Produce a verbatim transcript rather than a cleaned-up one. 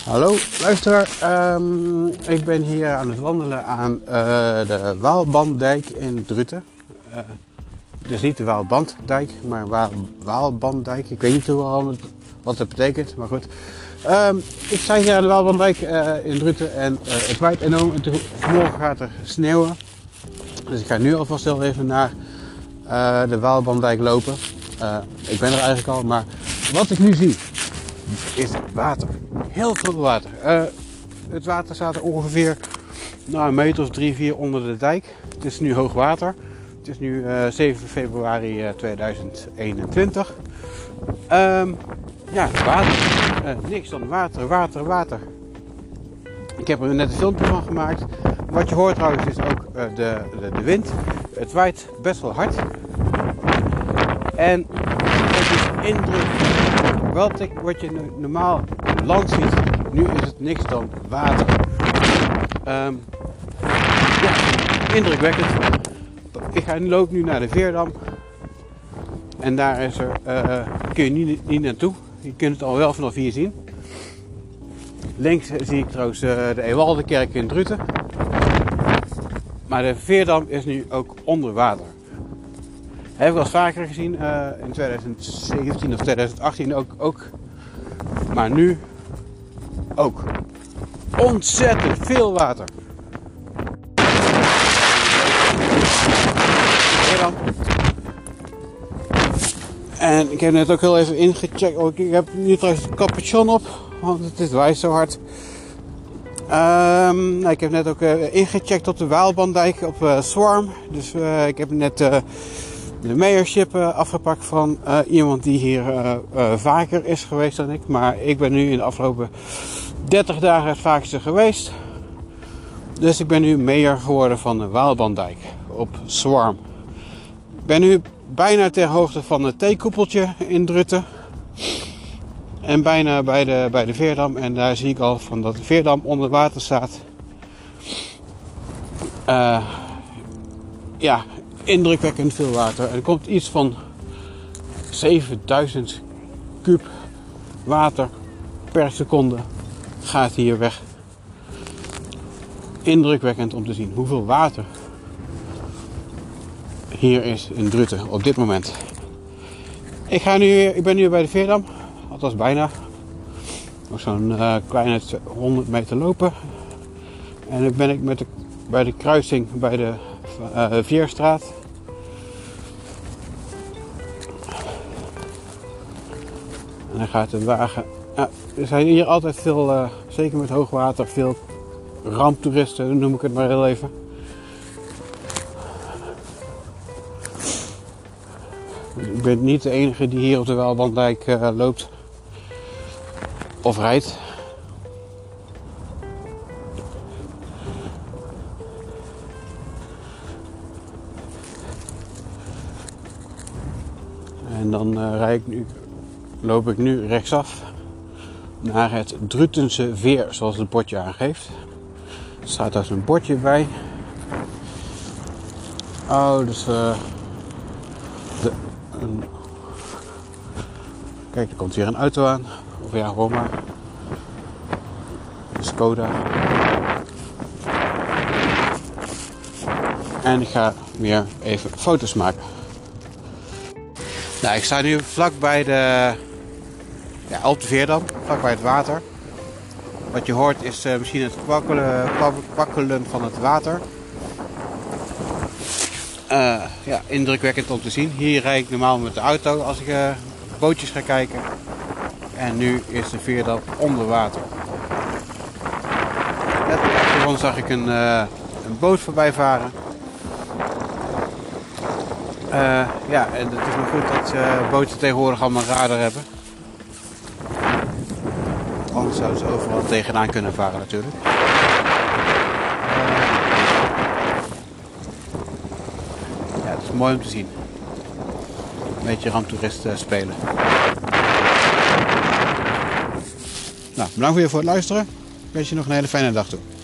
Hallo luisteraar, um, ik ben hier aan het wandelen aan uh, de Waalbanddijk in Druten. Uh, dus niet de Waalbanddijk, maar Waal, Waalbanddijk. Ik weet niet hoe, wat het betekent, maar goed. Um, ik sta hier aan de Waalbanddijk uh, in Druten en uh, het waait enorm en morgen gaat er sneeuwen. Dus ik ga nu alvast heel even naar uh, de Waalbanddijk lopen. Uh, ik ben er eigenlijk al, maar wat ik nu zie is water. Heel veel water. Uh, het water staat er ongeveer nou, een meter of drie, vier onder de dijk. Het is nu hoog water. Het is nu uh, zeven februari uh, tweeduizend eenentwintig. Um, ja, water. Uh, niks dan water, water, water. Ik heb er net een filmpje van gemaakt. Wat je hoort trouwens is ook uh, de, de, de wind. Het waait best wel hard. En het is indrukwekkend. Wat, ik, wat je nu normaal land ziet, nu is het niks dan water. Um, ja, indrukwekkend. Ik ga, loop nu naar de Veerdam. En daar is er, uh, kun je niet, niet naartoe. Je kunt het al wel vanaf hier zien. Links zie ik trouwens uh, de Ewaldenkerk in Druten. Maar de Veerdam is nu ook onder water. Heb ik wel eens vaker gezien, uh, in tweeduizend zeventien of tweeduizend achttien ook, ook. Maar nu ook. Ontzettend veel water. En ik heb net ook heel even ingecheckt. Oh, ik heb nu trouwens een capuchon op, want het is waait zo hard. Um, nou, ik heb net ook uh, ingecheckt op de Waalbanddijk op uh, Swarm. Dus uh, ik heb net uh, de mayorship uh, afgepakt van uh, iemand die hier uh, uh, vaker is geweest dan ik. Maar ik ben nu in de afgelopen dertig dagen het vaakste geweest. Dus ik ben nu mayor geworden van de Waalbanddijk op Swarm. Ik ben nu bijna ter hoogte van het theekoepeltje in Druten. En bijna bij de, bij de Veerdam. En daar zie ik al van dat de Veerdam onder water staat. Uh, ja, indrukwekkend veel water. Er komt iets van zevenduizend kuub water per seconde gaat hier weg. Indrukwekkend om te zien hoeveel water hier is in Druten op dit moment. Ik, ga nu, ik ben nu bij de Veerdam. Althans bijna. Nog zo'n uh, kleine honderd meter lopen. En dan ben ik met de, bij de kruising bij de uh, Vierstraat. En dan gaat de wagen. Ja, er zijn hier altijd veel, uh, zeker met hoogwater, veel ramptoeristen, noem ik het maar heel even. Ik ben niet de enige die hier op de Waalbanddijk uh, loopt of rijdt. En dan uh, rijd ik nu, loop ik nu rechtsaf naar het Drutense Veer, zoals het bordje aangeeft. Er staat daar zo'n bordje bij. Oh, dus uh, de, een... Kijk, er komt hier een auto aan. Of ja, gewoon maar. Een Skoda. En ik ga weer even foto's maken. Nou, ik sta nu vlak bij de... Ja, op de Veerdam, vlak bij het water. Wat je hoort is uh, misschien het kwakkelen, kwakkelen van het water. Uh, ja, indrukwekkend om te zien. Hier rijd ik normaal met de auto als ik uh, bootjes ga kijken. En nu is de Veerdam onder water. Net op de achtergrond zag ik een, uh, een boot voorbij varen. Uh, ja, en het is maar goed dat uh, boten tegenwoordig allemaal radar hebben. Anders zouden ze overal tegenaan kunnen varen natuurlijk. Uh, ja, het is mooi om te zien. Een beetje ramptoeristen spelen. Nou, bedankt weer voor het luisteren. Ik wens je nog een hele fijne dag toe.